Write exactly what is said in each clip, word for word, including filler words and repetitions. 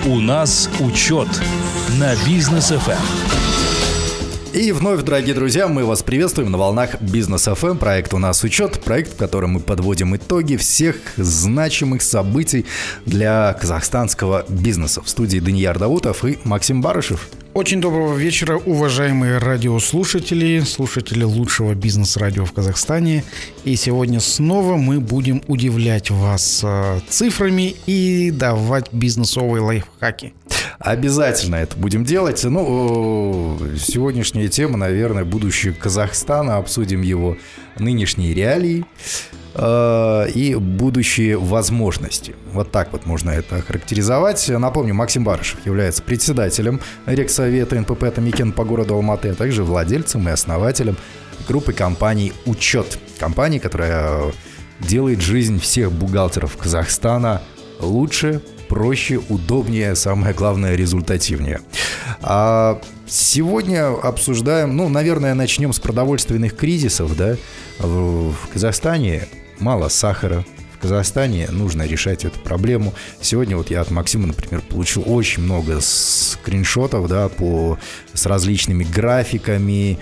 У нас учет на Бизнес эф эм. И вновь, дорогие друзья, мы вас приветствуем на волнах Бизнес эф эм. Проект «У нас учет», проект, в котором мы подводим итоги всех значимых событий для казахстанского бизнеса. В студии Данияр Даутов и Максим Барышев. Очень доброго вечера, уважаемые радиослушатели, слушатели лучшего бизнес-радио в Казахстане. И сегодня снова мы будем удивлять вас цифрами и давать бизнесовые лайфхаки. Обязательно это будем делать. Ну, сегодняшняя тема, наверное, будущее Казахстана. Обсудим его нынешние реалии э, и будущие возможности. Вот так вот можно это охарактеризовать. Напомню, Максим Барышев является председателем Рексовета эн пэ пэ «Атамекен» по городу Алматы, а также владельцем и основателем группы компаний «Учет». Компании, которая делает жизнь всех бухгалтеров Казахстана лучше, проще, удобнее, самое главное, результативнее. А сегодня обсуждаем, ну, наверное, начнем с продовольственных кризисов, да. В, в Казахстане мало сахара, в Казахстане нужно решать эту проблему. Сегодня вот я от Максима, например, получил очень много скриншотов, да, по, с различными графиками,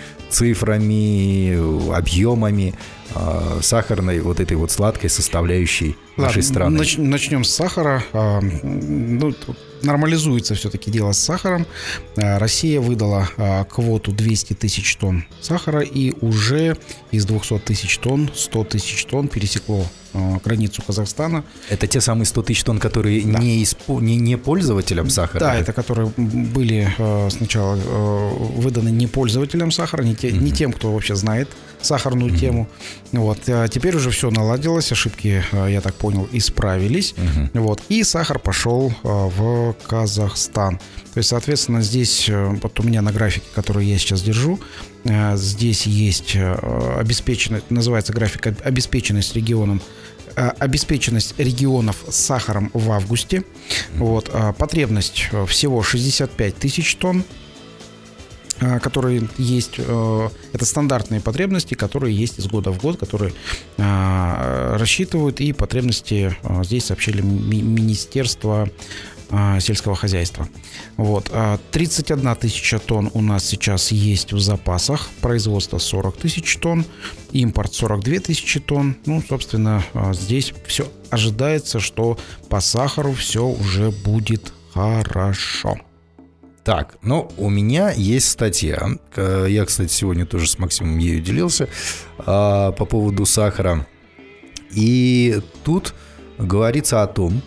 цифрами, объемами э, сахарной, вот этой вот сладкой составляющей нашей Ладно, страны. Нач, начнем с сахара. А, ну, нормализуется все-таки дело с сахаром. А, Россия выдала а, квоту двести тысяч тонн сахара, и уже из двести тысяч тонн сто тысяч тонн пересекло а, границу Казахстана. Это те самые сто тысяч тонн, которые да. не, испо, не, не пользователям сахара? Да, это которые были а, сначала а, выданы не пользователям сахара, не, те, mm-hmm. не тем, кто вообще знает сахарную mm-hmm. тему. Вот. А теперь уже все наладилось, ошибки, я так понял, исправились. Mm-hmm. Вот. И сахар пошел а, в Казахстан. То есть, соответственно, здесь, вот у меня на графике, который я сейчас держу, здесь есть обеспеченность, называется график «Обеспеченность регионом», обеспеченность регионов сахаром в августе. Mm-hmm. Вот. Потребность всего шестьдесят пять тысяч тонн, которые есть, это стандартные потребности, которые есть из года в год, которые рассчитывают, и потребности здесь сообщили Министерство сельского хозяйства. Вот. тридцать одна тысяча тонн у нас сейчас есть в запасах, производство сорок тысяч тонн, импорт сорок две тысячи тонн. Ну, собственно, здесь все ожидается, что по сахару все уже будет хорошо. Так, ну, у меня есть статья, я, кстати, сегодня тоже с Максимом ею делился, по поводу сахара. И тут говорится о том,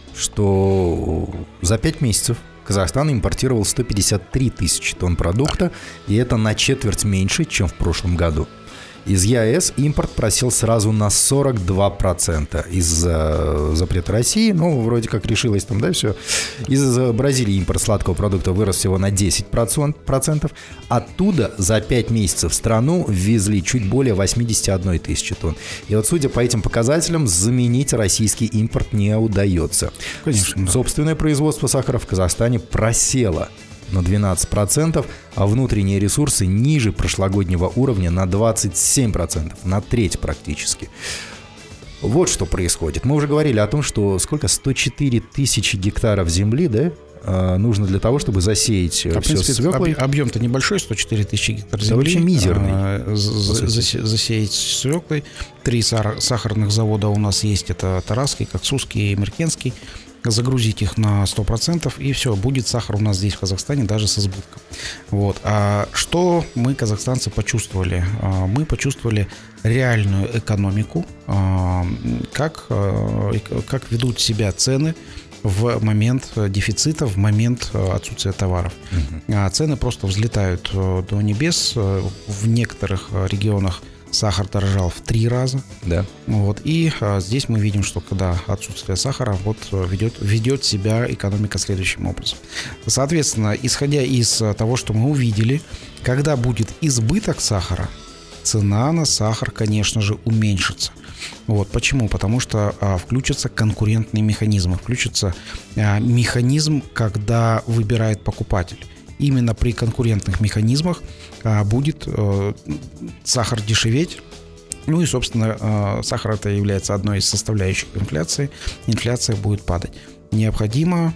что за пять месяцев Казахстан импортировал сто пятьдесят три тысячи тонн продукта, и это на четверть меньше, чем в прошлом году. Из ЕАЭС импорт просел сразу на сорок два процента из-за запрета России. Ну, вроде как решилось там, да, все. Из Бразилии импорт сладкого продукта вырос всего на десять процентов. Оттуда за пять месяцев в страну ввезли чуть более восемьдесят одна тысяча тонн. И вот, судя по этим показателям, заменить российский импорт не удается. Конечно, да. Собственное производство сахара в Казахстане просело на двенадцать процентов, а внутренние ресурсы ниже прошлогоднего уровня на двадцать семь процентов, на треть практически. Вот что происходит. Мы уже говорили о том, что сколько? сто четыре тысячи гектаров земли, да, нужно для того, чтобы засеять а, все свеклой. Об, объем-то небольшой, сто четыре тысячи гектаров земли. Это вообще мизерный. А, за, засе, засеять свеклой. Три сар, сахарных завода у нас есть. Это Тарасский, Коксусский и Меркенский. Загрузить их на сто процентов, и все, будет сахар у нас здесь в Казахстане даже с избытком. Вот. А что мы, казахстанцы, почувствовали? А, мы почувствовали реальную экономику, а, как, а, как ведут себя цены в момент дефицита, в момент отсутствия товаров. Угу. А цены просто взлетают до небес. В некоторых регионах сахар дорожал в три раза. Да. Вот. И а, здесь мы видим, что когда отсутствие сахара, вот ведет, ведет себя экономика следующим образом. Соответственно, исходя из того, что мы увидели, когда будет избыток сахара, цена на сахар, конечно же, уменьшится. Вот. Почему? Потому что а, включатся конкурентные механизмы. Включится а, механизм, когда выбирает покупатель. Именно при конкурентных механизмах а, будет а, сахар дешеветь. Ну и, собственно, а, сахар это является одной из составляющих инфляции. Инфляция будет падать. Необходимо,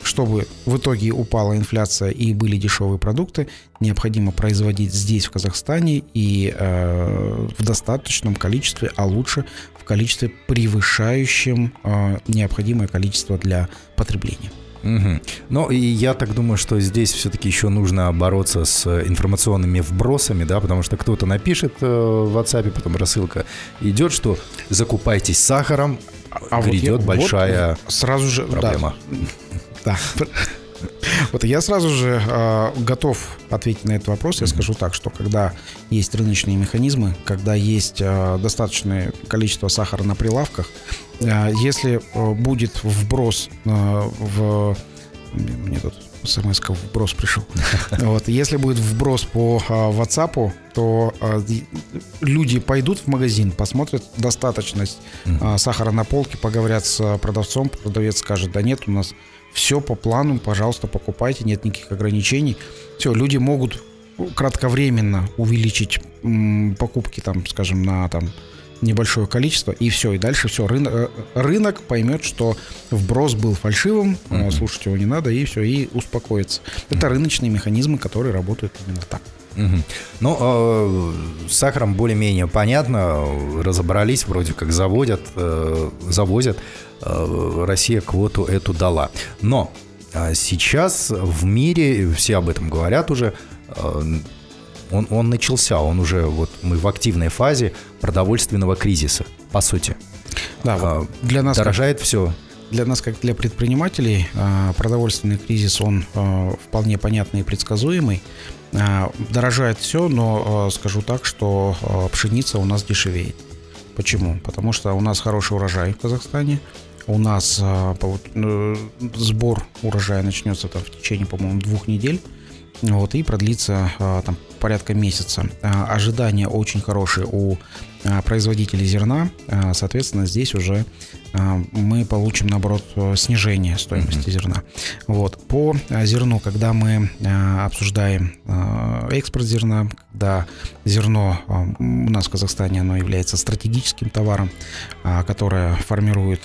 чтобы в итоге упала инфляция и были дешевые продукты, необходимо производить здесь, в Казахстане, и э, в достаточном количестве, а лучше в количестве, превышающем э, необходимое количество для потребления. Угу. Ну, и я так думаю, что здесь все-таки еще нужно бороться с информационными вбросами, да, потому что кто-то напишет э, в WhatsApp, потом рассылка идет, что закупайтесь сахаром, а грядет вот, большая вот сразу же, проблема. Да. да. Вот я сразу же э, готов ответить на этот вопрос. Я mm-hmm. скажу так, что когда есть рыночные механизмы, когда есть э, достаточное количество сахара на прилавках, э, если э, будет вброс э, в... Мне тут смс-ка вброс пришел. Вот, если будет вброс по э, WhatsApp, то э, люди пойдут в магазин, посмотрят достаточность э, сахара на полке, поговорят с продавцом, продавец скажет: да нет, у нас все по плану, пожалуйста, покупайте, нет никаких ограничений. Все, люди могут кратковременно увеличить м, покупки, там, скажем, на там, небольшое количество, и все, и дальше все. Рынок, рынок поймет, что вброс был фальшивым, mm-hmm. слушать его не надо, и все, и успокоится. Это mm-hmm. рыночные механизмы, которые работают именно так. Угу. Ну, э, с сахаром более-менее понятно, разобрались, вроде как заводят, э, завозят, э, Россия квоту эту дала. Но э, сейчас в мире, все об этом говорят уже, э, он, он начался, он уже, вот мы в активной фазе продовольственного кризиса, по сути. Да, э, для нас дорожает как... все. Для нас, как для предпринимателей, продовольственный кризис, он вполне понятный и предсказуемый. Дорожает все, но скажу так, что пшеница у нас дешевеет. Почему? Потому что у нас хороший урожай в Казахстане. У нас сбор урожая начнется там в течение, по-моему, двух недель. Вот, и продлится там порядка месяца. Ожидания очень хорошие у производителей зерна. Соответственно, здесь уже мы получим, наоборот, снижение стоимости mm-hmm. зерна. Вот. По зерну, когда мы обсуждаем экспорт зерна, когда зерно у нас в Казахстане, оно является стратегическим товаром, которое формирует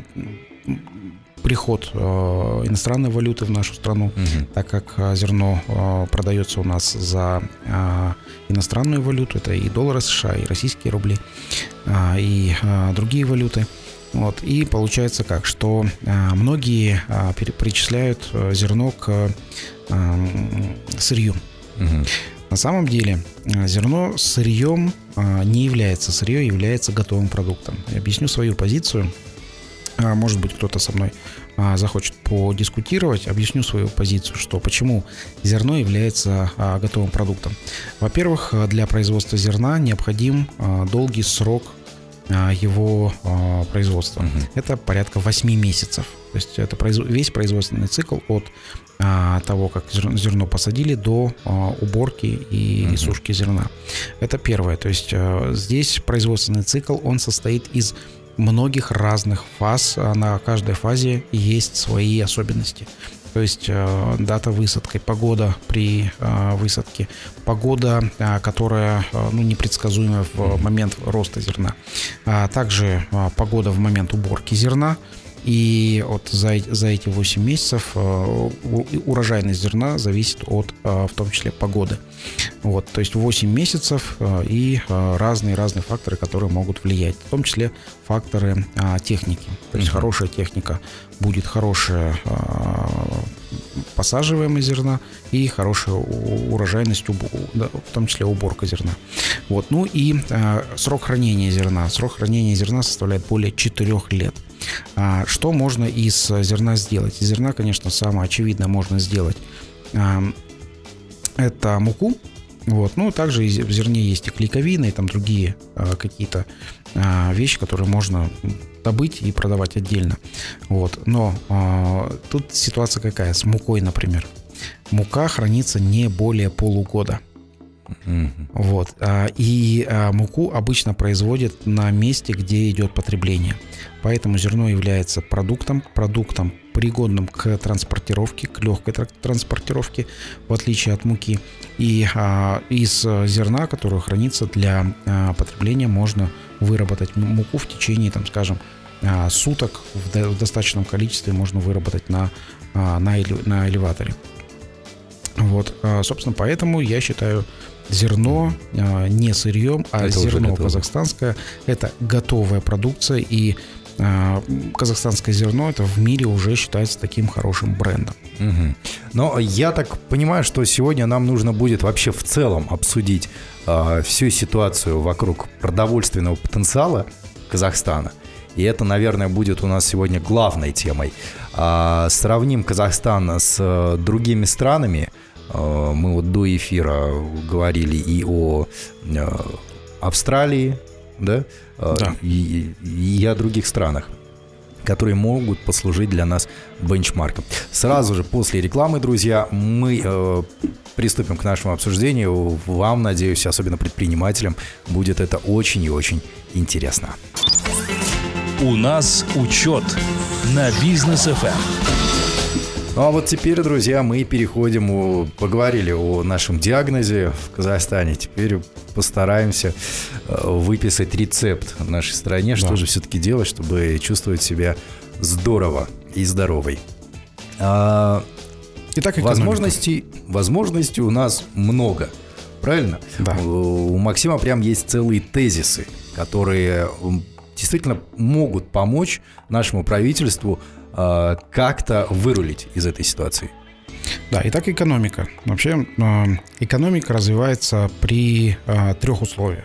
приход э, иностранной валюты в нашу страну, угу. так как э, зерно э, продается у нас за э, иностранную валюту, это и доллары США, и российские рубли, э, и э, другие валюты. Вот. И получается как, что э, многие э, причисляют э, зерно к э, сырью. Угу. На самом деле э, зерно сырьем э, не является, сырье является готовым продуктом. Я объясню свою позицию. Может быть, кто-то со мной а, захочет подискутировать. Объясню свою позицию, что почему зерно является а, готовым продуктом. Во-первых, для производства зерна необходим а, долгий срок а, его а, производства. Угу. Это порядка восемь месяцев. То есть это произв... весь производственный цикл от а, того, как зерно, зерно посадили, до а, уборки и, угу. и сушки зерна. Это первое. То есть а, здесь производственный цикл, он состоит из многих разных фаз, на каждой фазе есть свои особенности. То есть э, дата высадки, погода при э, высадке, погода, э, которая э, ну, непредсказуема в момент роста зерна, а также э, погода в момент уборки зерна. И вот за, за эти восемь месяцев э, урожайность зерна зависит от, э, в том числе, погоды. Вот, то есть восемь месяцев э, и э, разные-разные факторы, которые могут влиять, в том числе факторы э, техники. То есть mm-hmm. хорошая техника будет хорошая э, посаживаемость зерна и хорошая урожайность, в том числе уборка зерна. Вот, ну и э, срок хранения зерна. Срок хранения зерна составляет более четырех лет. А что можно из зерна сделать? Из зерна, конечно, самое очевидное можно сделать а, это муку. Вот. Ну, также в зерне есть и клейковина, и там другие а, какие-то а, вещи, которые можно добыть и продавать отдельно. Вот. Но а, тут ситуация какая? С мукой, например. Мука хранится не более полугода. Mm-hmm. Вот. И муку обычно производят на месте, где идет потребление. Поэтому зерно является продуктом, продуктом, пригодным к транспортировке, к легкой транспортировке, в отличие от муки. И а, из зерна, которое хранится для а, потребления, можно выработать муку в течение, там, скажем, суток в достаточном количестве можно выработать на, на, на элеваторе. Вот, собственно, поэтому я считаю, зерно не сырьем, а это зерно казахстанское – это готовая продукция, и казахстанское зерно это в мире уже считается таким хорошим брендом. Угу. Но я так понимаю, что сегодня нам нужно будет вообще в целом обсудить э, всю ситуацию вокруг продовольственного потенциала Казахстана. И это, наверное, будет у нас сегодня главной темой. Э, сравним Казахстан с э, другими странами. Э, мы вот до эфира говорили и о э, Австралии, да? Да. И, и о других странах, которые могут послужить для нас бенчмарком. Сразу же после рекламы, друзья, мы э, приступим к нашему обсуждению. Вам, надеюсь, особенно предпринимателям, будет это очень и очень интересно. У нас учет на Бизнес эф эм. Ну а вот теперь, друзья, мы переходим, у, поговорили о нашем диагнозе в Казахстане. Теперь постараемся выписать рецепт в нашей стране, что да. же все-таки делать, чтобы чувствовать себя здорово и здоровой. А, Итак, возможностей, возможностей у нас много, правильно? Да. У Максима прям есть целые тезисы, которые действительно могут помочь нашему правительству как-то вырулить из этой ситуации. Да, итак, экономика. Вообще экономика развивается при трех условиях.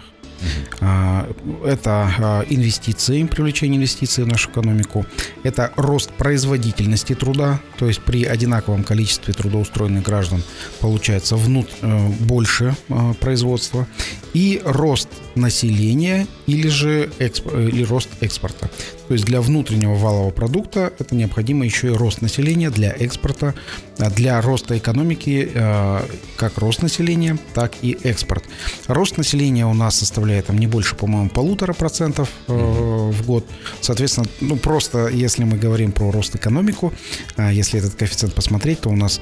Uh-huh. Это инвестиции, привлечение инвестиций в нашу экономику. Это рост производительности труда, то есть при одинаковом количестве трудоустроенных граждан получается внут... больше производства. И рост населения или же эксп... или рост экспорта. То есть для внутреннего валового продукта это необходимо еще и рост населения, для экспорта, для роста экономики как рост населения, так и экспорт. Рост населения у нас составляет там не больше, по-моему, полутора процентов в год. Соответственно, ну просто если мы говорим про рост экономику, если этот коэффициент посмотреть, то у нас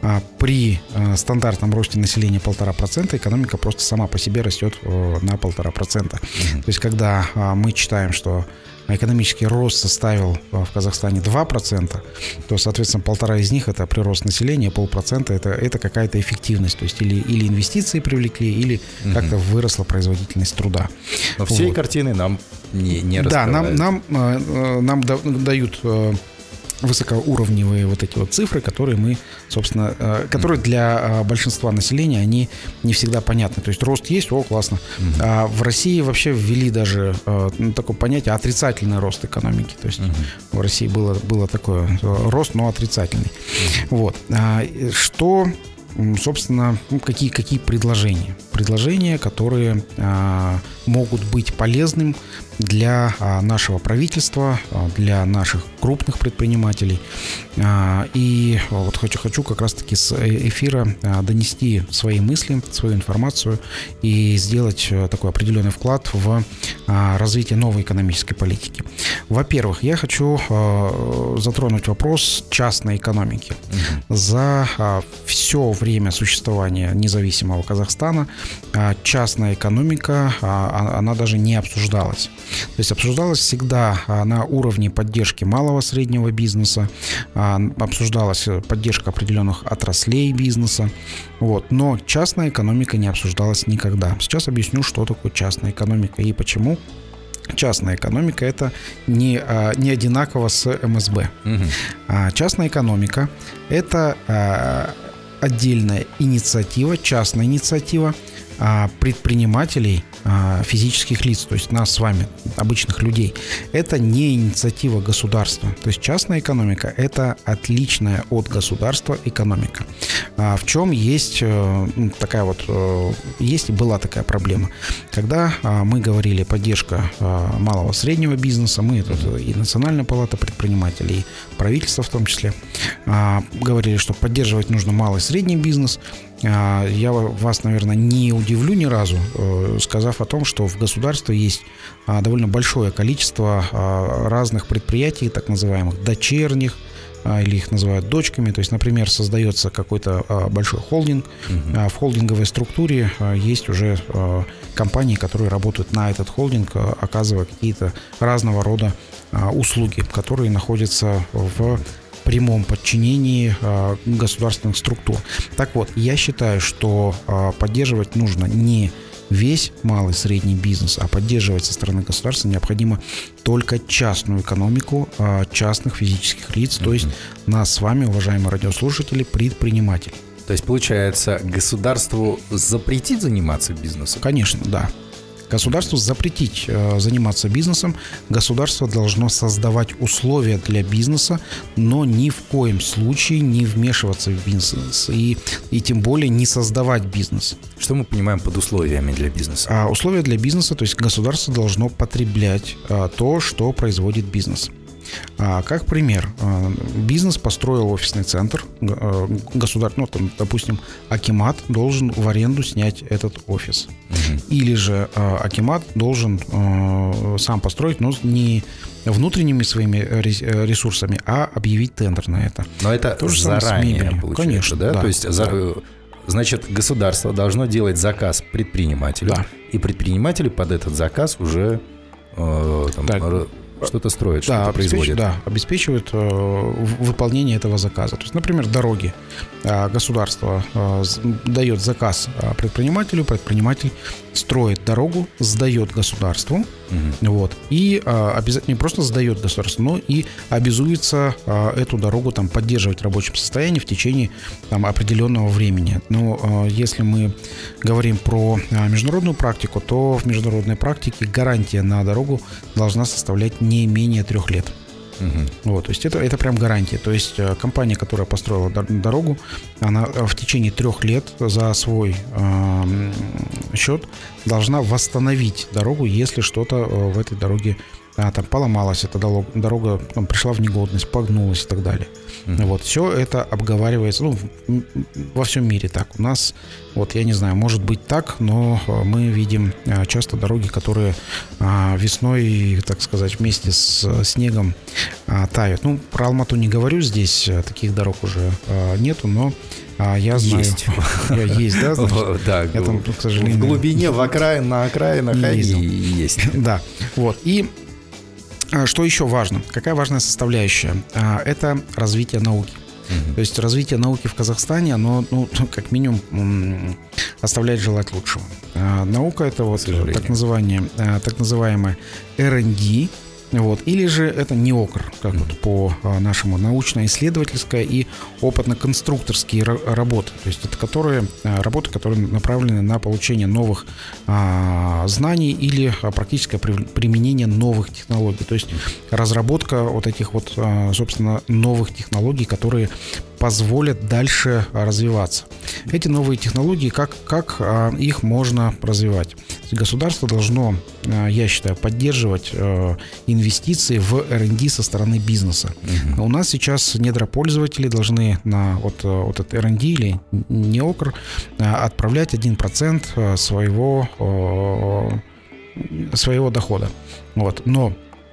при стандартном росте населения полтора процента экономика просто сама по себе растет на полтора процента. Mm-hmm. То есть когда мы читаем, что экономический рост составил в Казахстане два процента, то, соответственно, полтора из них это прирост населения, полпроцента это, это какая-то эффективность. То есть или, или инвестиции привлекли, или mm-hmm. как-то выросла производительность труда. Но всей вот. картины нам не, не раскрывают. Да, нам, нам, нам дают высокоуровневые вот эти вот цифры, которые мы, собственно, которые для большинства населения, они не всегда понятны. То есть рост есть, о, классно. Uh-huh. А в России вообще ввели даже ну, такое понятие отрицательный рост экономики. То есть uh-huh. в России было, было такое рост, но отрицательный. Uh-huh. Вот. А, что, собственно, какие, какие предложения? Предложения, которые а, могут быть полезным для а, нашего правительства, а, для наших крупных предпринимателей. А, и вот хочу, хочу как раз-таки с эфира а, донести свои мысли, свою информацию и сделать а, такой определенный вклад в а, развитие новой экономической политики. Во-первых, я хочу а, затронуть вопрос частной экономики. Угу. За а, все время существования независимого Казахстана частная экономика, она даже не обсуждалась. То есть обсуждалась всегда на уровне поддержки малого среднего бизнеса, обсуждалась поддержка определенных отраслей бизнеса, вот. Но частная экономика не обсуждалась никогда. Сейчас объясню, что такое частная экономика и почему. Частная экономика – это не, не одинаково с эм эс бэ. Угу. Частная экономика – это отдельная инициатива, частная инициатива предпринимателей, физических лиц, то есть нас с вами, обычных людей. Это не инициатива государства. То есть частная экономика – это отличная от государства экономика. В чем есть такая вот, есть и была такая проблема. Когда мы говорили поддержка малого среднего бизнеса, мы тут и Национальная палата предпринимателей, и правительство в том числе, говорили, что поддерживать нужно малый и средний бизнес. Я вас, наверное, не удивлю ни разу, сказав о том, что в государстве есть довольно большое количество разных предприятий, так называемых дочерних, или их называют дочками. То есть, например, создается какой-то большой холдинг. Uh-huh. В холдинговой структуре есть уже компании, которые работают на этот холдинг, оказывая какие-то разного рода услуги, которые находятся в прямом подчинении государственных структур. Так вот, я считаю, что поддерживать нужно не весь малый и средний бизнес, а поддерживать со стороны государства необходимо только частную экономику частных физических лиц, mm-hmm. то есть нас с вами, уважаемые радиослушатели, предприниматели. То есть, получается, государству запретить заниматься бизнесом? Конечно, да. Государству запретить э, заниматься бизнесом, государство должно создавать условия для бизнеса, но ни в коем случае не вмешиваться в бизнес и, и тем более не создавать бизнес. Что мы понимаем под условиями для бизнеса? А условия для бизнеса, то есть государство должно потреблять а, то, что производит бизнес. А, как пример, а, бизнес построил офисный центр, а, государ... ну, там, допустим, Акимат должен в аренду снять этот офис. Угу. Или же а, Акимат должен а, сам построить, но не внутренними своими ресурсами, а объявить тендер на это. Но это то же заранее получается, конечно, да? да. То есть, да. За... значит, государство должно делать заказ предпринимателю, да. и предприниматели под этот заказ уже э, там, да. что-то строят, да, что-то обеспеч... производят. Да, обеспечивают э, выполнение этого заказа. То есть, например, дороги. Э, государство э, дает заказ предпринимателю, предприниматель строит дорогу, сдает государству, угу. вот, и э, обязательно не просто сдает государству, но и обязуется э, эту дорогу там, поддерживать в рабочем состоянии в течение там, определенного времени. Но э, если мы говорим про э, международную практику, то в международной практике гарантия на дорогу должна составлять не менее трех лет. Угу. Вот, то есть это, это прям гарантия. То есть компания, которая построила дорогу, она в течение трех лет за свой э, счет должна восстановить дорогу, если что-то в этой дороге а, там поломалось, эта дорога, дорога там, пришла в негодность, погнулась и так далее. Mm-hmm. Вот, все это обговаривается, ну, во всем мире так. У нас, вот, я не знаю, может быть так, но мы видим часто дороги, которые а, весной, так сказать, вместе с снегом а, тают. Ну, про Алмату не говорю, здесь таких дорог уже а, нету, но а, я знаю. Есть. Я есть, да? Значит, да, я там, к сожалению, в глубине, в окраин, на окраинах они есть. Да, вот, и что еще важно? Какая важная составляющая? Это развитие науки. Uh-huh. То есть развитие науки в Казахстане, оно, ну, как минимум, оставляет желать лучшего. Наука — это вот так называемое, так называемое эр энд ди, вот, или же это НИОКР, как mm-hmm. вот по нашему научно-исследовательская и опытно-конструкторские работы, то есть это которые, работы, которые направлены на получение новых а, знаний или практическое применение новых технологий, то есть разработка вот этих вот, собственно, новых технологий, которые позволят дальше развиваться. Эти новые технологии, как, как а, их можно развивать? Государство должно, а, я считаю, поддерживать а, инвестиции в эр энд ди со стороны бизнеса. Uh-huh. У нас сейчас недропользователи должны на вот, вот этот эр энд ди или НИОКР а, отправлять один процент своего, а, своего дохода. Вот. Но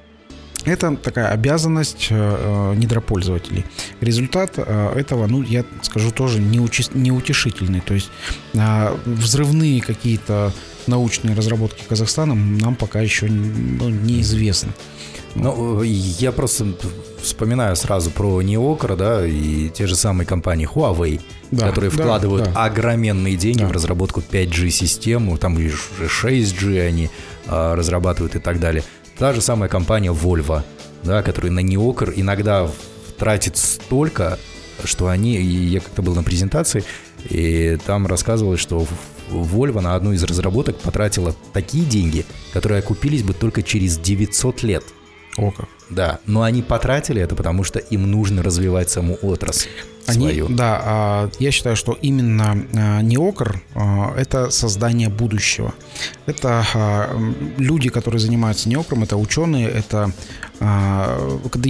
это такая обязанность э, недропользователей. Результат э, этого, ну, я скажу, тоже неучи- неутешительный. То есть э, взрывные какие-то научные разработки Казахстана нам пока еще ну, неизвестны. Ну, я просто вспоминаю сразу про НИОКР, да, и те же самые компании Huawei, да, которые да, вкладывают да. огроменные деньги да. в разработку пять джи-систему, там и шесть джи они а, разрабатывают и так далее. Та же самая компания Volvo, да, которая на НИОКР иногда тратит столько, что они... Я как-то был на презентации, и там рассказывалось, что Volvo на одну из разработок потратила такие деньги, которые окупились бы только через девятьсот лет. О как. Да, но они потратили это, потому что им нужно развивать саму отрасль. Они, да, я считаю, что именно НИОКР – это создание будущего. Это люди, которые занимаются НИОКРом, это ученые, это когда есть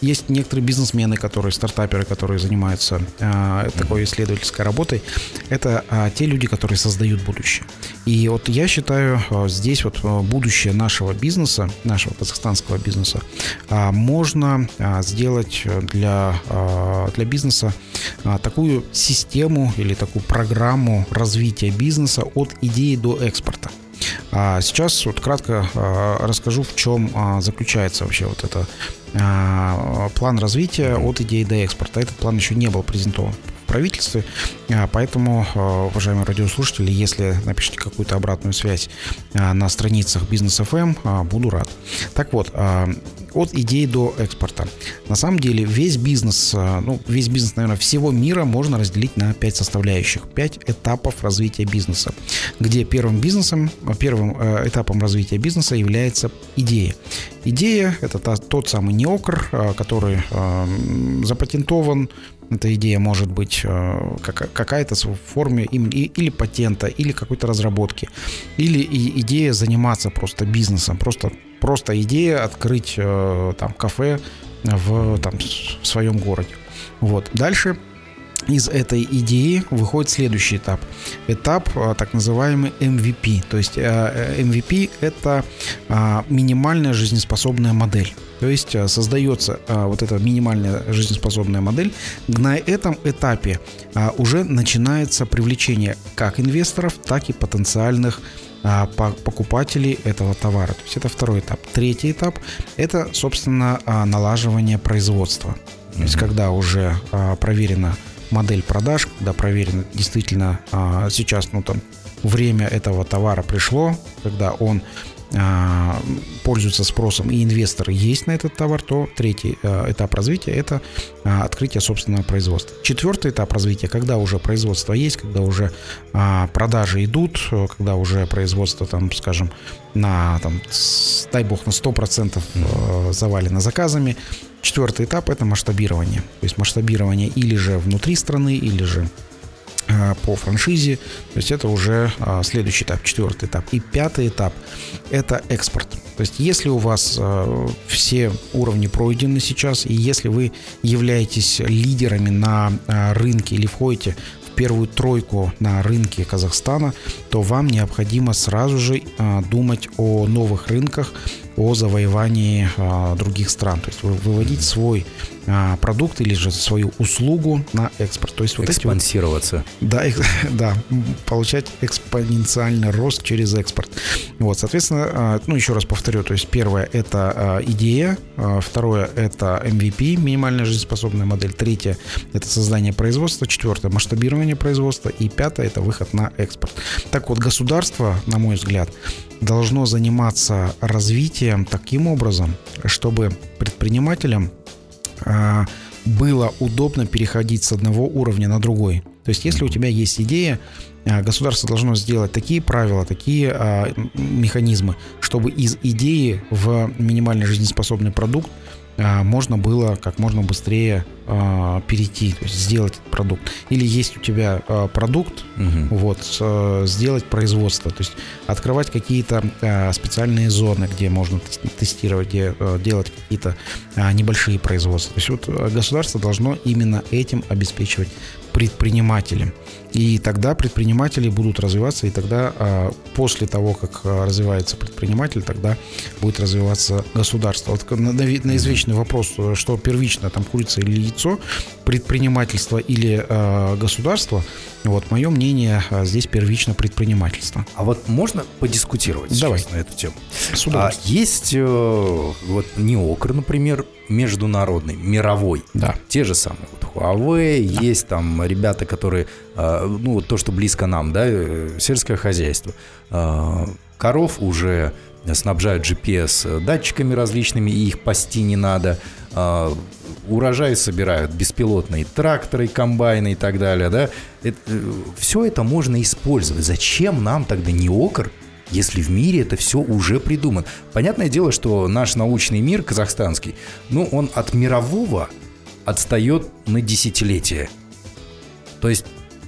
есть некоторые бизнесмены, которые, стартаперы, которые занимаются а, такой исследовательской работой. Это а, те люди, которые создают будущее. И вот я считаю, а, здесь вот будущее нашего бизнеса, нашего казахстанского бизнеса, а, можно а, сделать для, а, для бизнеса а, такую систему или такую программу развития бизнеса от идеи до экспорта. А сейчас вот кратко а, расскажу, в чем а, заключается вообще вот это а, план развития от идеи до экспорта. Этот план еще не был презентован в правительстве, а, поэтому, а, уважаемые радиослушатели, если напишите какую-то обратную связь а, на страницах Бизнес эф эм, а, буду рад. Так вот, а, от идеи до экспорта. На самом деле весь бизнес, ну, весь бизнес, наверное, всего мира можно разделить на пять составляющих, пять этапов развития бизнеса, где первым бизнесом, первым этапом развития бизнеса является идея. Идея – это та, тот самый неокр, который э, запатентован. Эта идея может быть э, как, какая-то в форме или патента, или какой-то разработки, или и идея заниматься просто бизнесом, просто Просто идея открыть э, там кафе в, там, в своем городе. Вот. Дальше из этой идеи выходит следующий этап. Этап э, так называемый эм ви пи. То есть э, эм ви пи – это э, минимальная жизнеспособная модель. То есть э, создается э, вот эта минимальная жизнеспособная модель. На этом этапе э, уже начинается привлечение как инвесторов, так и потенциальных покупателей этого товара. То есть это второй этап. Третий этап – это, собственно, налаживание производства. Mm-hmm. То есть когда уже проверена модель продаж, когда проверено действительно сейчас, ну там, время этого товара пришло, когда он пользуется спросом и инвесторы есть на этот товар, то третий этап развития – это открытие собственного производства. Четвертый этап развития, когда уже производство есть, когда уже продажи идут, когда уже производство, там, скажем, на, там, дай бог, на сто процентов завалено заказами. Четвертый этап – это масштабирование. То есть масштабирование или же внутри страны, или же по франшизе. То есть это уже а, следующий этап, четвертый этап. И пятый этап – это экспорт. То есть если у вас а, все уровни пройдены сейчас, и если вы являетесь лидерами на а, рынке или входите в первую тройку на рынке Казахстана, то вам необходимо сразу же а, думать о новых рынках, о завоевании а, других стран. То есть выводить свой а, продукт или же свою услугу на экспорт. То есть вот экспансироваться. Эти вот, да, да, получать экспоненциальный рост через экспорт. Вот, соответственно, а, ну еще раз повторю, то есть первое – это а, идея, а, второе – это эм ви пи, минимальная жизнеспособная модель, третье – это создание производства, четвертое – масштабирование производства и пятое – это выход на экспорт. Так вот, государство, на мой взгляд, должно заниматься развитием таким образом, чтобы предпринимателям а, было удобно переходить с одного уровня на другой. То есть, если у тебя есть идея, а, государство должно сделать такие правила, такие а, механизмы, чтобы из идеи в минимально жизнеспособный продукт а, можно было как можно быстрее а, перейти, то есть сделать этот продукт. Или есть у тебя а, продукт, угу. вот, а, сделать производство, то есть открывать какие-то а, специальные зоны, где можно тестировать, где а, делать какие-то а, небольшие производства. То есть вот государство должно именно этим обеспечивать предпринимателям. И тогда предприниматели будут развиваться, и тогда а, после того, как а, развивается предприниматель, тогда будет развиваться государство. Вот на, на извечный вопрос, что первично, там, курица или яйцо, предпринимательство или а, государство, вот, мое мнение, а, здесь первично предпринимательство. А вот можно подискутировать Давай. сейчас на эту тему? А, есть э, вот неокр, например, международный, мировой. Да. Те же самые вот Huawei, да. Есть там ребята, которые, э, ну, то, что близко нам, да, сельское хозяйство. Э, коров уже снабжают джи пи эс датчиками различными, и их пасти не надо. Э, урожай собирают беспилотные тракторы, комбайны и так далее, да. Это, все это можно использовать. Зачем нам тогда неокр, если в мире это все уже придумано? Понятное дело, что наш научный мир казахстанский, ну, он от мирового отстает на десятилетия. То есть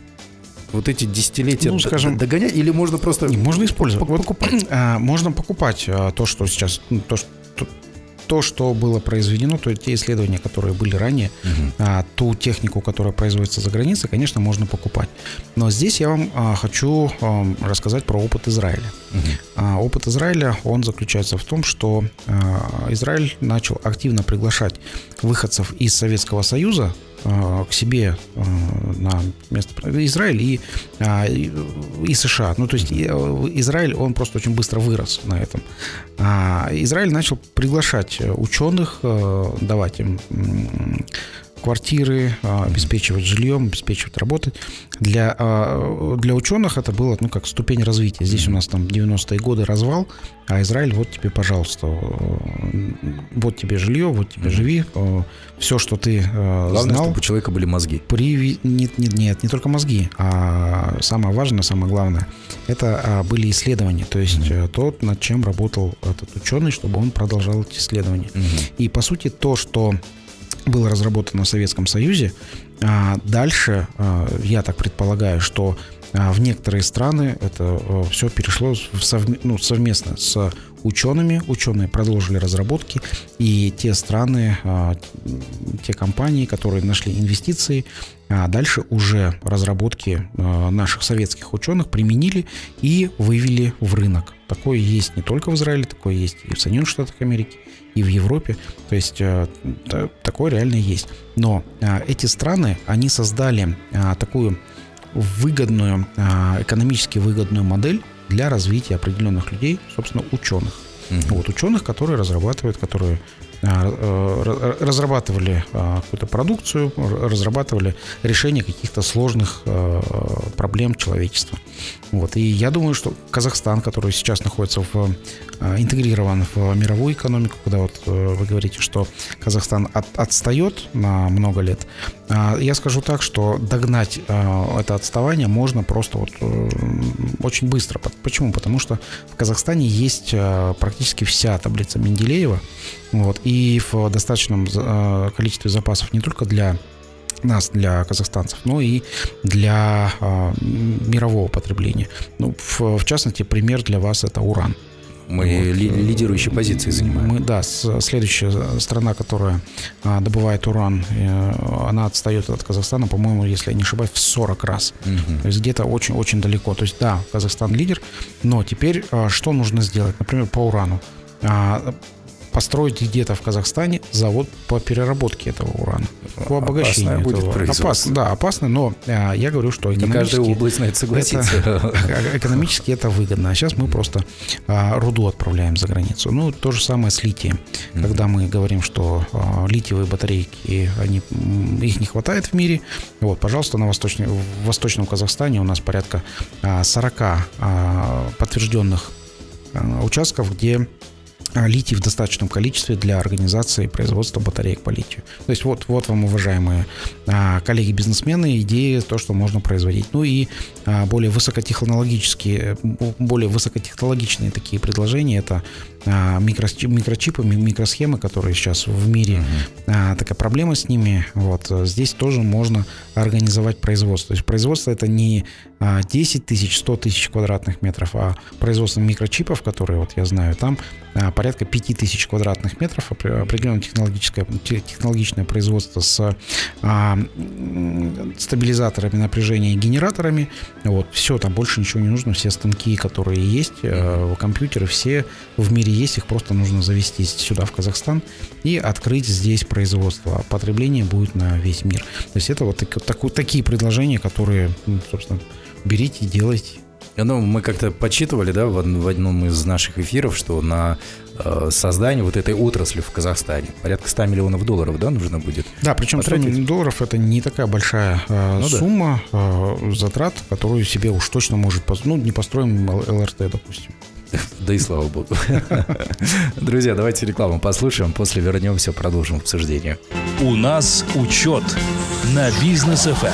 вот эти десятилетия, ну, скажем, догонять, или можно просто можно использовать, покупать? Вот, а, можно покупать а, то, что сейчас, то, что то, что было произведено, то те исследования, которые были ранее, угу. а, ту технику, которая производится за границей, конечно, можно покупать. Но здесь я вам а, хочу а, рассказать про опыт Израиля. Угу. А, опыт Израиля, он заключается в том, что а, Израиль начал активно приглашать выходцев из Советского Союза к себе на место Израиль и, и США. Ну, то есть Израиль, он просто очень быстро вырос на этом. Израиль начал приглашать ученых, давать им квартиры, обеспечивать жильем, обеспечивать работой. Для, для ученых это было, ну, как ступень развития. Здесь у нас там девяностые годы развал, а Израиль, вот тебе, пожалуйста, вот тебе жилье, вот тебе живи, все, что ты Главное, знал. чтобы у человека были мозги. При... Нет, нет, нет, не только мозги, а самое важное, самое главное, это были исследования. То есть mm-hmm. тот, над чем работал этот ученый, чтобы он продолжал эти исследования. Mm-hmm. И, по сути, то, что было разработано в Советском Союзе, дальше, я так предполагаю, что в некоторые страны это все перешло ну, совместно с учеными. Ученые продолжили разработки, и те страны, те компании, которые нашли инвестиции, дальше уже разработки наших советских ученых применили и вывели в рынок. Такое есть не только в Израиле, такое есть и в Соединенных Штатах Америки, и в Европе. То есть такое реально есть. Но эти страны, они создали такую выгодную, экономически выгодную модель для развития определенных людей, собственно, ученых. Mm-hmm. Вот, ученых, которые разрабатывают, которые разрабатывали какую-то продукцию, разрабатывали решение каких-то сложных проблем человечества. Вот. И я думаю, что Казахстан, который сейчас находится в, интегрирован в мировую экономику, когда вот вы говорите, что Казахстан от, отстает на много лет, я скажу так, что догнать это отставание можно просто вот очень быстро. Почему? Потому что в Казахстане есть практически вся таблица Менделеева, вот, и в достаточном количестве запасов не только для нас, для казахстанцев, но и для а, мирового потребления. Ну, в, в частности, пример для вас — это уран. Мы вот. ли, лидирующие позиции занимаем. Мы, да, следующая страна, которая а, добывает уран, э, она отстает от Казахстана, по-моему, если я не ошибаюсь, в сорок раз. Угу. То есть где-то очень-очень далеко. То есть да, Казахстан лидер, но теперь а, что нужно сделать? Например, по урану. А, построить где-то в Казахстане завод по переработке этого урана, по обогащению Опасное этого. Будет опасно, да, опасно, но а, я говорю, что экономически... Не каждая область на это согласится. Это, экономически это выгодно. А сейчас мы просто а, руду отправляем за границу. Ну, то же самое с литием. Mm-hmm. Когда мы говорим, что а, литиевые батарейки, они, их не хватает в мире, вот, пожалуйста, на восточном, в Восточном Казахстане у нас порядка а, сорок а, подтвержденных а, участков, где литий в достаточном количестве для организации производства батареек по литию. То есть вот, вот вам, уважаемые а, коллеги-бизнесмены, идеи, то, что можно производить. Ну и а, более высокотехнологические, более высокотехнологичные такие предложения — это а, микрочипы, микрочипы, микросхемы, которые сейчас в мире, uh-huh. а, такая проблема с ними. Вот, здесь тоже можно организовать производство. То есть производство — это не а, десять тысяч, сто тысяч квадратных метров, а производство микрочипов, которые, вот я знаю, там а, порядка пять тысяч квадратных метров, определенное технологическое, технологичное производство с а, стабилизаторами напряжения и генераторами. Вот, все, там больше ничего не нужно. Все станки, которые есть, а, компьютеры, все в мире есть, их просто нужно завести сюда, в Казахстан, и открыть здесь производство. Потребление будет на весь мир. То есть это вот так, так, такие предложения, которые, собственно, берите и делайте. Ну, мы как-то подсчитывали, да, в, в одном из наших эфиров, что на э, создание вот этой отрасли в Казахстане порядка сто миллионов долларов, да, нужно будет. Да, причем сто миллионов долларов — это не такая большая э, ну, сумма да. э, затрат, которую себе уж точно может, ну, не построим эл эр тэ, допустим. Да и слава богу. Друзья, давайте рекламу послушаем, после вернемся, продолжим обсуждение. У нас учет на Бизнес эф эм.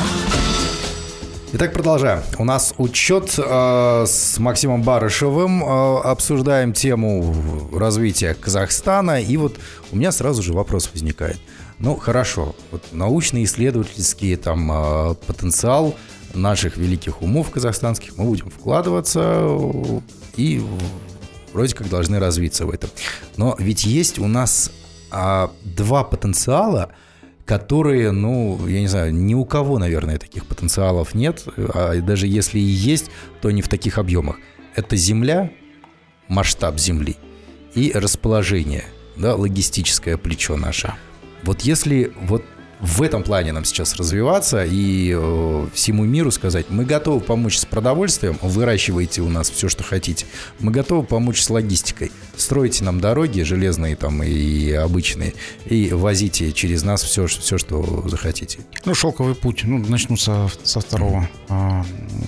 Итак, продолжаем. У нас учет э, с Максимом Барышевым. Э, обсуждаем тему развития Казахстана. И вот у меня сразу же вопрос возникает. Ну, хорошо. Вот научно-исследовательский там, э, потенциал наших великих умов казахстанских мы будем вкладываться и вроде как должны развиться в этом. Но ведь есть у нас а, два потенциала, которые, ну, я не знаю, ни у кого, наверное, таких потенциалов нет, а даже если и есть, то не в таких объемах. Это Земля, масштаб Земли и расположение, да, логистическое плечо наше. Вот если вот в этом плане нам сейчас развиваться и э, всему миру сказать, мы готовы помочь с продовольствием, выращивайте у нас все, что хотите, мы готовы помочь с логистикой, стройте нам дороги железные там и обычные, и возите через нас все, все что захотите. Ну, шелковый путь, ну, начну со, со второго э,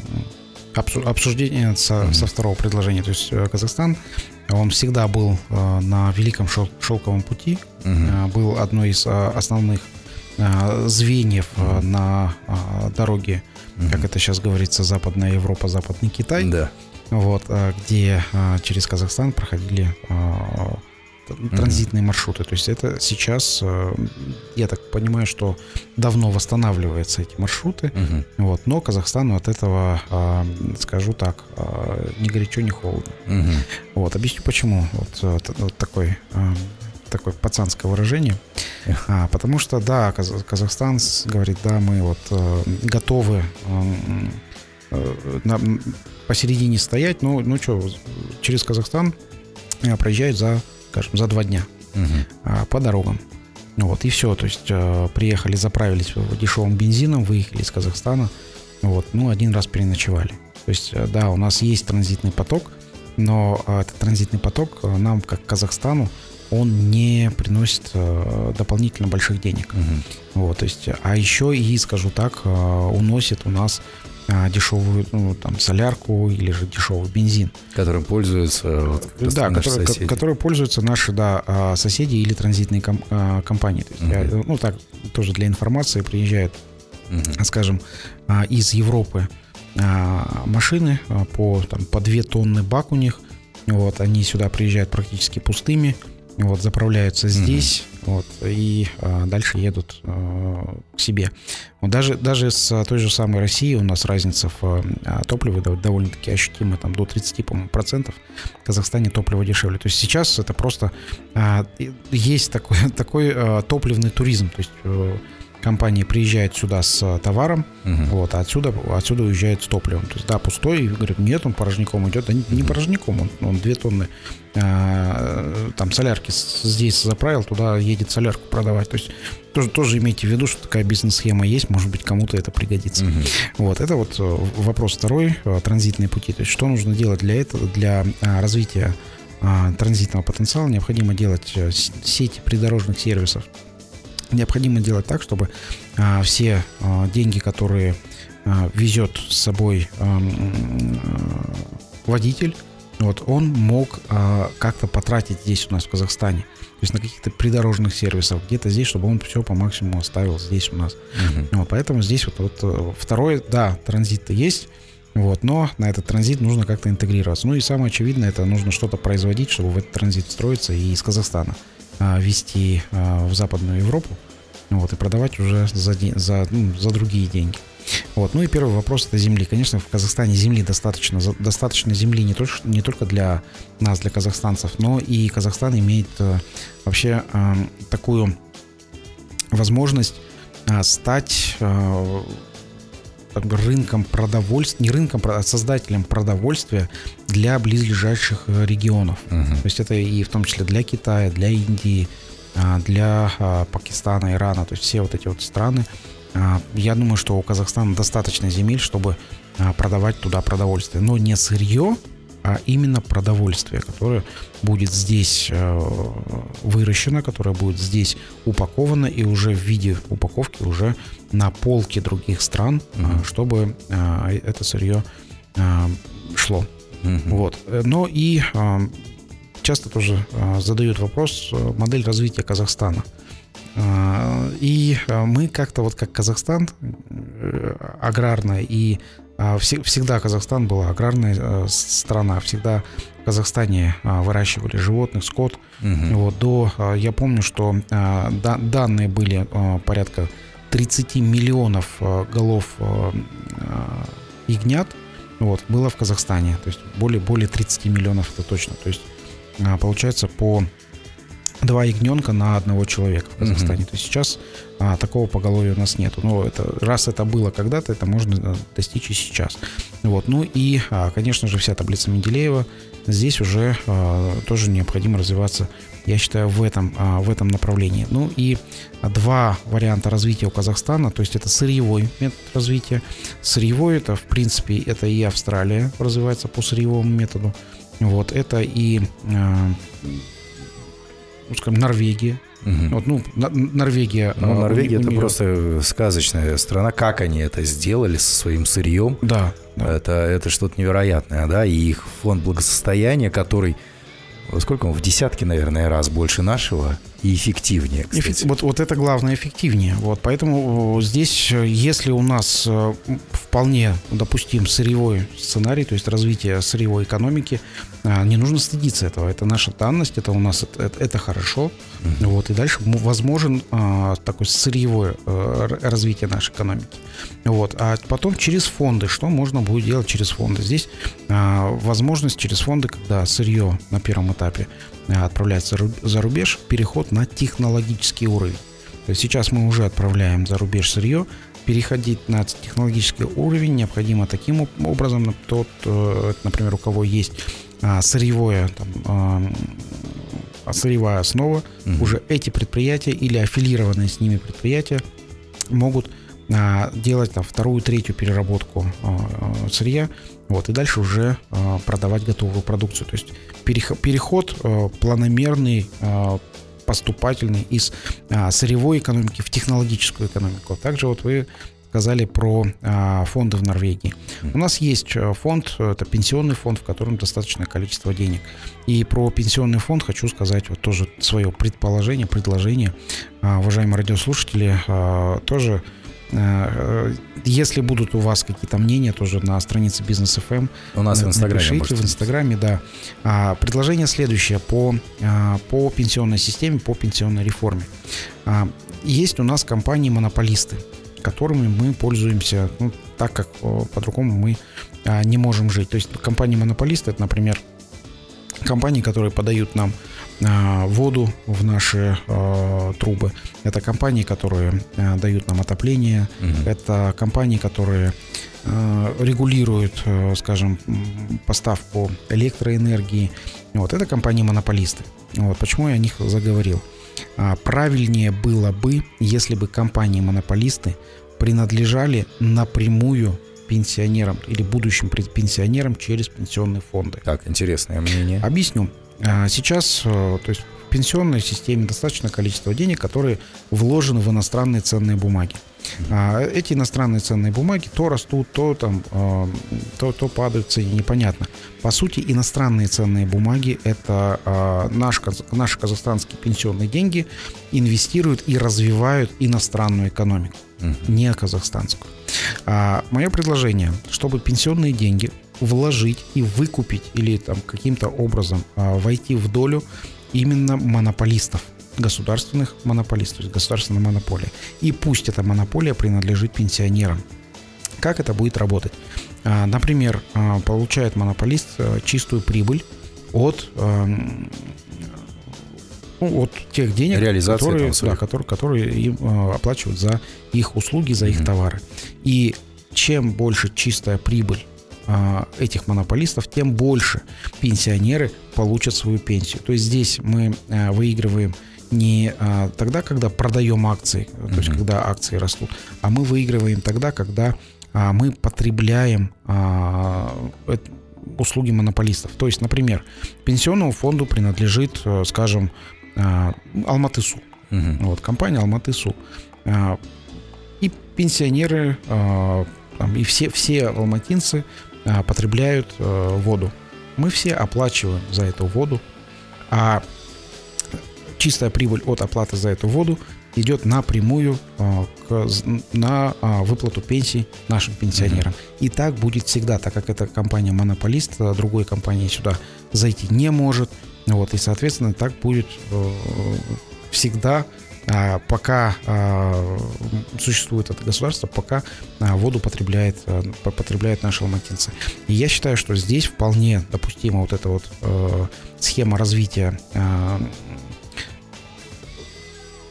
обсуждения, со, mm-hmm. со второго предложения. То есть Казахстан, он всегда был э, на великом шел, шелковом пути, mm-hmm. э, был одной из э, основных звеньев mm-hmm. на дороге, mm-hmm. как это сейчас говорится, Западная Европа, Западный Китай, да. вот, где через Казахстан проходили транзитные mm-hmm. маршруты. То есть это сейчас, я так понимаю, что давно восстанавливаются эти маршруты, mm-hmm. вот, но Казахстану от этого, скажу так, ни горячо, ни холодно. Mm-hmm. Вот, объясню почему. Вот, вот такой... такое пацанское выражение, а, потому что, да, Казахстан говорит, да, мы вот э, готовы э, э, на, посередине стоять, но, ну что, через Казахстан э, проезжают за, скажем, за два дня угу. э, по дорогам. Вот, и все, то есть э, приехали, заправились дешевым бензином, выехали из Казахстана, вот, ну, один раз переночевали. То есть, э, да, у нас есть транзитный поток, но э, этот транзитный поток э, нам, как Казахстану, он не приносит э, дополнительно больших денег. Угу. Вот, то есть, а еще и, скажу так, э, уносит у нас э, дешевую, ну, там, солярку или же дешевый бензин. Которым пользуются вот, да, наши который, соседи. Которые пользуются наши, да, соседи или транзитные ком, э, компании. То есть, угу. я, ну, так, тоже для информации приезжают, угу. скажем, э, из Европы э, машины э, по, там, по две тонны бак у них. Вот, они сюда приезжают практически пустыми. Вот, заправляются здесь, mm-hmm. вот, и а, дальше едут а, к себе. Вот, даже, даже с той же самой Россией у нас разница в а, топливе довольно-таки ощутимая, там до тридцать, по-моему, процентов. В Казахстане топливо дешевле. То есть сейчас это просто а, есть такой, такой а, топливный туризм. То есть а, компания приезжает сюда с товаром, uh-huh. вот, а отсюда, отсюда уезжает с топливом. То есть, да, пустой, и говорят, нет, он порожняком идет. Да не, не порожняком, он, он две тонны а, там солярки здесь заправил, туда едет солярку продавать. То есть тоже, тоже имейте в виду, что такая бизнес-схема есть, может быть, кому-то это пригодится. Uh-huh. Вот, это вот вопрос второй, транзитные пути. То есть что нужно делать для этого, для развития а, транзитного потенциала? Необходимо делать сеть придорожных сервисов. Необходимо делать так, чтобы а, все а, деньги, которые а, везет с собой а, а, водитель, вот, он мог а, как-то потратить здесь у нас в Казахстане. То есть на каких-то придорожных сервисах, где-то здесь, чтобы он все по максимуму оставил здесь у нас. Uh-huh. Вот, поэтому здесь вот, вот второе, да, транзит-то есть, вот, но на этот транзит нужно как-то интегрироваться. Ну и самое очевидное, это нужно что-то производить, чтобы в этот транзит встроиться и из Казахстана везти в Западную Европу, вот, и продавать уже за, за, ну, за другие деньги. Вот. Ну и первый вопрос — это земли. Конечно, в Казахстане земли достаточно, достаточно земли не только, не только для нас, для казахстанцев, но и Казахстан имеет вообще э, такую возможность э, стать э, рынком продовольствия, не рынком, а создателем продовольствия для близлежащих регионов. Uh-huh. То есть это и в том числе для Китая, для Индии, для Пакистана, Ирана, то есть все вот эти вот страны. Я думаю, что у Казахстана достаточно земель, чтобы продавать туда продовольствие. Но не сырье, а именно продовольствие, которое будет здесь выращено, которое будет здесь упаковано и уже в виде упаковки уже на полке других стран, mm-hmm. чтобы это сырье шло. Mm-hmm. Вот. Но и часто тоже задают вопрос модель развития Казахстана. И мы как-то вот как Казахстан аграрная, и всегда Казахстан была аграрная страна, всегда в Казахстане выращивали животных, скот. Угу. Вот, до, я помню, что данные были порядка тридцать миллионов голов ягнят, вот, было в Казахстане. То есть более, более тридцать миллионов, это точно. То есть получается по два ягненка на одного человека в Казахстане. Угу. То есть сейчас а, такого поголовья у нас нету. Но это, раз это было когда-то, это можно достичь и сейчас. Вот. Ну и, а, конечно же, вся таблица Менделеева. Здесь уже а, тоже необходимо развиваться, я считаю, в этом, а, в этом направлении. Ну и два варианта развития у Казахстана. То есть это сырьевой метод развития. Сырьевой это, в принципе, это и Австралия развивается по сырьевому методу. Вот. Это и... А, ну, скажем, Норвегия. Угу. Вот, ну, Норвегия... Ну, Норвегия — это нее... просто сказочная страна. Как они это сделали со своим сырьем? Да. да. Это, это что-то невероятное, да? И их фонд благосостояния, который... Сколько он? В десятки, наверное, раз больше нашего и эффективнее, кстати. Эффект, вот, вот это главное, эффективнее. Вот, поэтому здесь, если у нас вполне допустим сырьевой сценарий, то есть развитие сырьевой экономики, не нужно стыдиться этого. Это наша данность, это у нас это, это хорошо. Mm-hmm. Вот, и дальше возможен а, такое сырьевое а, развитие нашей экономики. Вот, а потом через фонды. Что можно будет делать через фонды? Здесь а, возможность через фонды, когда сырье на первом этапе отправляется за рубеж, переход на технологический уровень. То есть сейчас мы уже отправляем за рубеж сырье. Переходить на технологический уровень необходимо таким образом, тот, например, у кого есть сырьевое, там, сырьевая основа, угу. уже эти предприятия или аффилированные с ними предприятия могут делать там, вторую, третью переработку сырья, вот, и дальше уже продавать готовую продукцию. То есть переход планомерный, поступательный из сырьевой экономики в технологическую экономику. Также вот вы сказали про фонды в Норвегии. У нас есть фонд, это пенсионный фонд, в котором достаточное количество денег. И про пенсионный фонд хочу сказать вот тоже свое предположение, предложение. Уважаемые радиослушатели, тоже если будут у вас какие-то мнения, тоже на странице Бизнес эф эм. У нас в Инстаграме. Напишите в Инстаграме, да. Предложение следующее по, по пенсионной системе, по пенсионной реформе. Есть у нас компании-монополисты, которыми мы пользуемся, ну, так как по-другому мы не можем жить. То есть компании-монополисты, это, например, компании, которые подают нам э, воду в наши э, трубы. Это компании, которые э, дают нам отопление. Mm-hmm. Это компании, которые э, регулируют, э, скажем, поставку электроэнергии. Вот. Это компании-монополисты. Вот. Почему я о них заговорил? А, правильнее было бы, если бы компании-монополисты принадлежали напрямую пенсионерам или будущим пенсионерам через пенсионные фонды. Так, интересное мнение. Объясню. Сейчас, то есть в пенсионной системе достаточное количество денег, которые вложены в иностранные ценные бумаги. Mm-hmm. Эти иностранные ценные бумаги то растут, то там, то, то падают в цене, непонятно. По сути, иностранные ценные бумаги — это наш, наши казахстанские пенсионные деньги инвестируют и развивают иностранную экономику, mm-hmm. не казахстанскую. А, мое предложение, чтобы пенсионные деньги вложить и выкупить или там каким-то образом а, войти в долю именно монополистов, государственных монополистов, то есть государственная монополия. И пусть эта монополия принадлежит пенсионерам. Как это будет работать? А, например, а, получает монополист а, чистую прибыль от, а, ну, от тех денег, которые, да, которые, которые им а, оплачивают за их услуги, за mm-hmm. их товары. И чем больше чистая прибыль а, этих монополистов, тем больше пенсионеры получат свою пенсию. То есть здесь мы а, выигрываем не а, тогда, когда продаем акции, mm-hmm. то есть когда акции растут, а мы выигрываем тогда, когда а, мы потребляем а, это, услуги монополистов. То есть, например, пенсионному фонду принадлежит, скажем, а, Алматы-Су. Mm-hmm. Вот, компания Алматы-Су. А, и пенсионеры, а, там, и все, все алматинцы а, потребляют а, воду. Мы все оплачиваем за эту воду, а чистая прибыль от оплаты за эту воду идет напрямую а, к, на а, выплату пенсий нашим пенсионерам. Mm-hmm. И так будет всегда, так как это компания-монополист, другой компании сюда зайти не может. Вот, и, соответственно, так будет э, всегда, а, пока а, существует это государство, пока а, воду потребляет, а, потребляют наши алматинцы. И я считаю, что здесь вполне допустима вот эта вот э, схема развития э,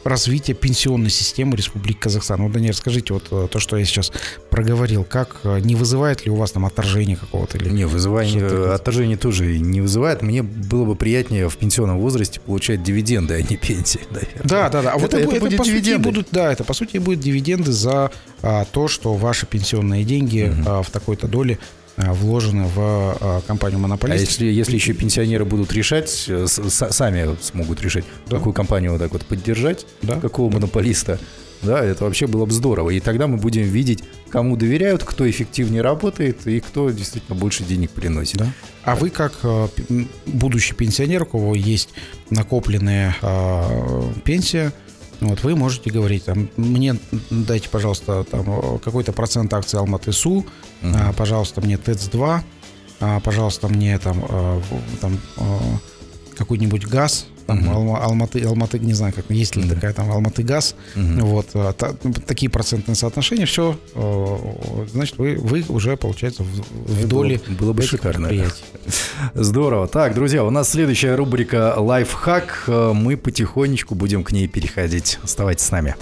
развития пенсионной системы Республики Казахстан. Вот, Даниэль, скажите, вот то, что я сейчас проговорил, как, не вызывает ли у вас там отторжение какого-то? Или не, вызывание, отторжение тоже не вызывает. Мне было бы приятнее в пенсионном возрасте получать дивиденды, а не пенсии. Наверное. Да, да, да. А вот это, это, это будет по сути будут, да, это по сути будут дивиденды за а, то, что ваши пенсионные деньги угу. а, в такой-то доле вложены в а, компанию-монополист. А если, если еще пенсионеры будут решать, с, сами смогут решать, да. какую компанию вот так вот поддержать, да. какого монополиста, да, это вообще было бы здорово. И тогда мы будем видеть, кому доверяют, кто эффективнее работает и кто действительно больше денег приносит. Да. А вы, как будущий пенсионер, у кого есть накопленная а, пенсия, вот, вы можете говорить, там, мне дайте, пожалуйста, там, какой-то процент акций Алматы-Су, uh-huh. а, пожалуйста, мне ТЭЦ-два, а, пожалуйста, мне там, а, там а, какой-нибудь газ, там, uh-huh. Алма, Алматы, Алматы, не знаю, как есть ли uh-huh. такая там Алматы-газ, uh-huh. вот, а, та, такие процентные соотношения, все, а, значит, вы, вы уже, получается, в, в доле было, было бы шикарно. Здорово. Так, друзья, у нас следующая рубрика «Лайфхак». Мы потихонечку будем к ней переходить. Оставайтесь с нами.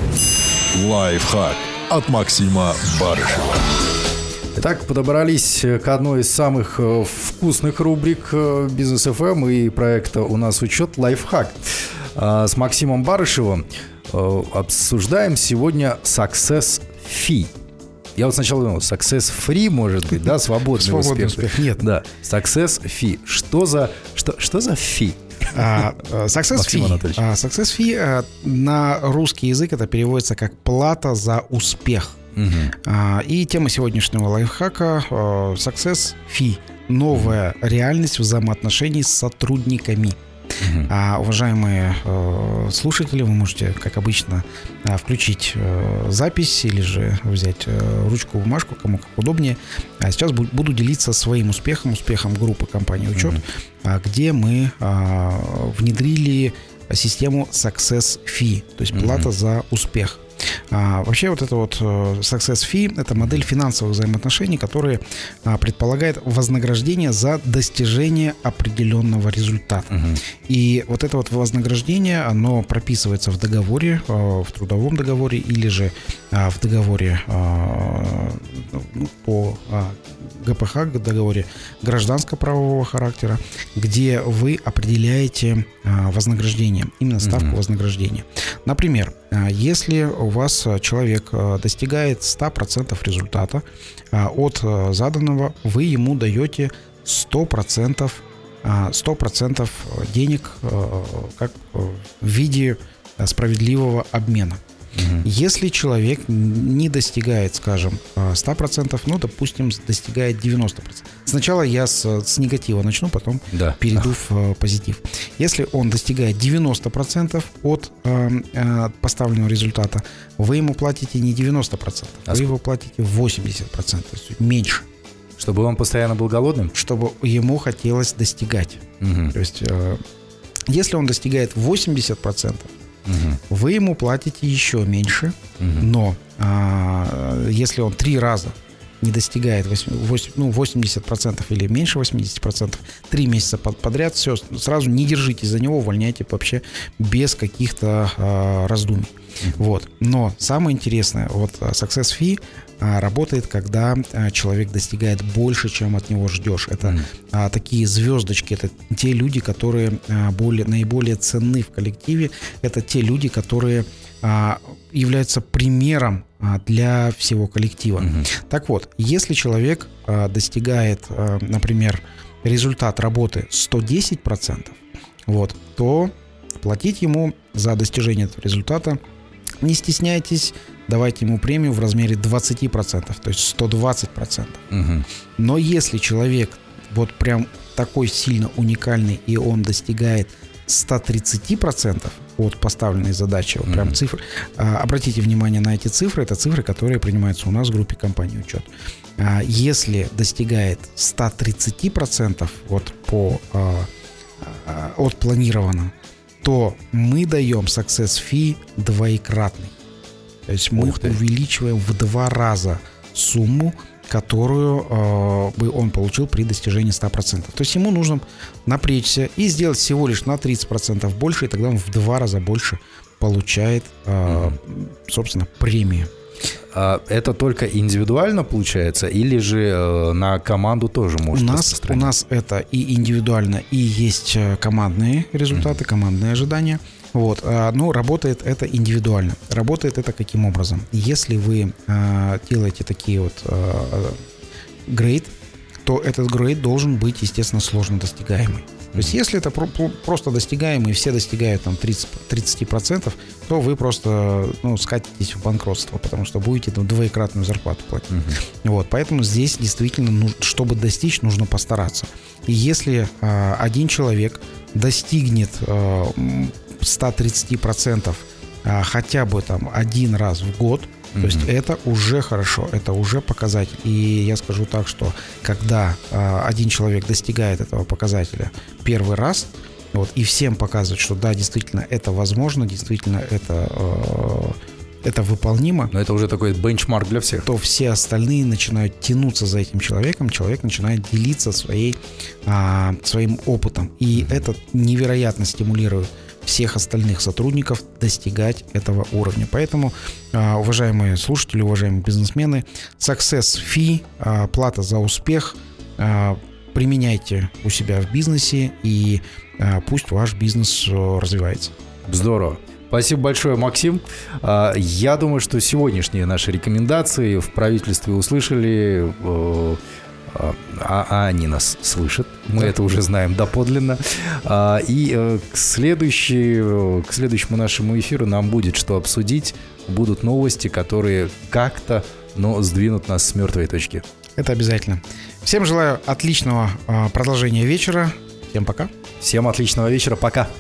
Лайфхак от Максима Барышева. Итак, подобрались к одной из самых вкусных рубрик Бизнес эф эм и проекта «У нас учет» «Лайфхак». С Максимом Барышевым обсуждаем сегодня Success Fee. Я вот сначала думал, Success Free, может быть, да, свободный, свободный успех. успех. Нет. Да, Success Fee. Что за, что, что за фи? А, success Максим Fee. А, Success Fee а, на русский язык это переводится как плата за успех. Угу. А, и тема сегодняшнего лайфхака а, Success Fee. Новая угу. реальность взаимоотношений с сотрудниками. Uh-huh. А, уважаемые э, слушатели, вы можете, как обычно, э, включить э, запись или же взять э, ручку, бумажку, кому как удобнее. А сейчас бу- буду делиться своим успехом, успехом группы компании «Учет», uh-huh. а, где мы а, внедрили систему Success Fee, то есть плата uh-huh. за успех. А, вообще вот это вот Success Fee — это модель финансовых взаимоотношений, которая а, предполагает вознаграждение за достижение определенного результата. Uh-huh. И вот это вот вознаграждение, оно прописывается в договоре, а, в трудовом договоре или же а, в договоре а, по а, гэ пэ ха, договоре гражданско-правового характера, где вы определяете а, вознаграждение, именно ставку uh-huh. вознаграждения. Например, если у вас человек достигает сто процентов результата от заданного, вы ему даете сто процентов, сто процентов денег как в виде справедливого обмена. Угу. Если человек не достигает, скажем, сто процентов, ну, допустим, достигает девяносто процентов. Сначала я с, с негатива начну, потом да. перейду в позитив. Если он достигает девяносто процентов от э, поставленного результата, вы ему платите не девяносто процентов, а вы его платите восемьдесят процентов, то есть меньше. Чтобы он постоянно был голодным? Чтобы ему хотелось достигать. Угу. То есть, э, если он достигает восемьдесят процентов, угу. вы ему платите еще меньше, угу. но а, если он три раза не достигает восемьдесят процентов или меньше восемьдесят процентов, три месяца подряд, все, сразу не держитесь за него, увольняйте вообще без каких-то а, раздумий. Угу. Вот. Но самое интересное, вот Success Fee а, работает, когда а, человек достигает больше, чем от него ждешь. Это mm. а, такие звездочки, это те люди, которые а, более, наиболее ценны в коллективе, это те люди, которые а, являются примером а, для всего коллектива. Mm-hmm. Так вот, если человек а, достигает, а, например, результат работы сто десять процентов, вот, то платить ему за достижение этого результата не стесняйтесь, давайте ему премию в размере двадцать процентов, то есть сто двадцать процентов. Угу. Но если человек вот прям такой сильно уникальный, и он достигает сто тридцать процентов от поставленной задачи, вот прям угу. цифры, а, обратите внимание на эти цифры, это цифры, которые принимаются у нас в группе компании «Учет». А, если достигает сто тридцать процентов вот по, а, а, от планированного, то мы даем Success Fee двоекратный. То есть мы увеличиваем в два раза сумму, которую э, бы он получил при достижении сто процентов. То есть ему нужно напрячься и сделать всего лишь на тридцать процентов больше, и тогда он в два раза больше получает, mm-hmm. собственно, премию. Это только индивидуально получается, или же на команду тоже может у нас, распространяться? У нас это и индивидуально, и есть командные результаты, mm-hmm. командные ожидания. Вот. Но работает это индивидуально. Работает это каким образом? Если вы делаете такие вот грейд, то этот грейд должен быть, естественно, сложно достигаемый. То есть, если это про- просто достигаемый, все достигают там тридцать, тридцать процентов, то вы просто ну, скатитесь в банкротство, потому что будете там, двоекратную зарплату платить. Uh-huh. Вот, поэтому здесь действительно, ну, чтобы достичь, нужно постараться. И если э, один человек достигнет э, сто тридцать процентов э, хотя бы там один раз в год, то mm-hmm. есть это уже хорошо, это уже показатель. И я скажу так, что когда э, один человек достигает этого показателя первый раз, вот, и всем показывает, что да, действительно это возможно, действительно это, э, это выполнимо. Но это уже такой бенчмарк для всех. То все остальные начинают тянуться за этим человеком, человек начинает делиться своей, э, своим опытом. И mm-hmm. это невероятно стимулирует всех остальных сотрудников достигать этого уровня. Поэтому, уважаемые слушатели, уважаемые бизнесмены, success fee, плата за успех, применяйте у себя в бизнесе, и пусть ваш бизнес развивается. Здорово. Спасибо большое, Максим. Я думаю, что сегодняшние наши рекомендации в правительстве услышали, а, а они нас слышат. Мы да. это уже знаем доподлинно. А, и а, к, следующей, к следующему нашему эфиру нам будет что обсудить. Будут новости, которые как-то, но сдвинут нас с мертвой точки. Это обязательно. Всем желаю отличного а, продолжения вечера. Всем пока. Всем отличного вечера. Пока.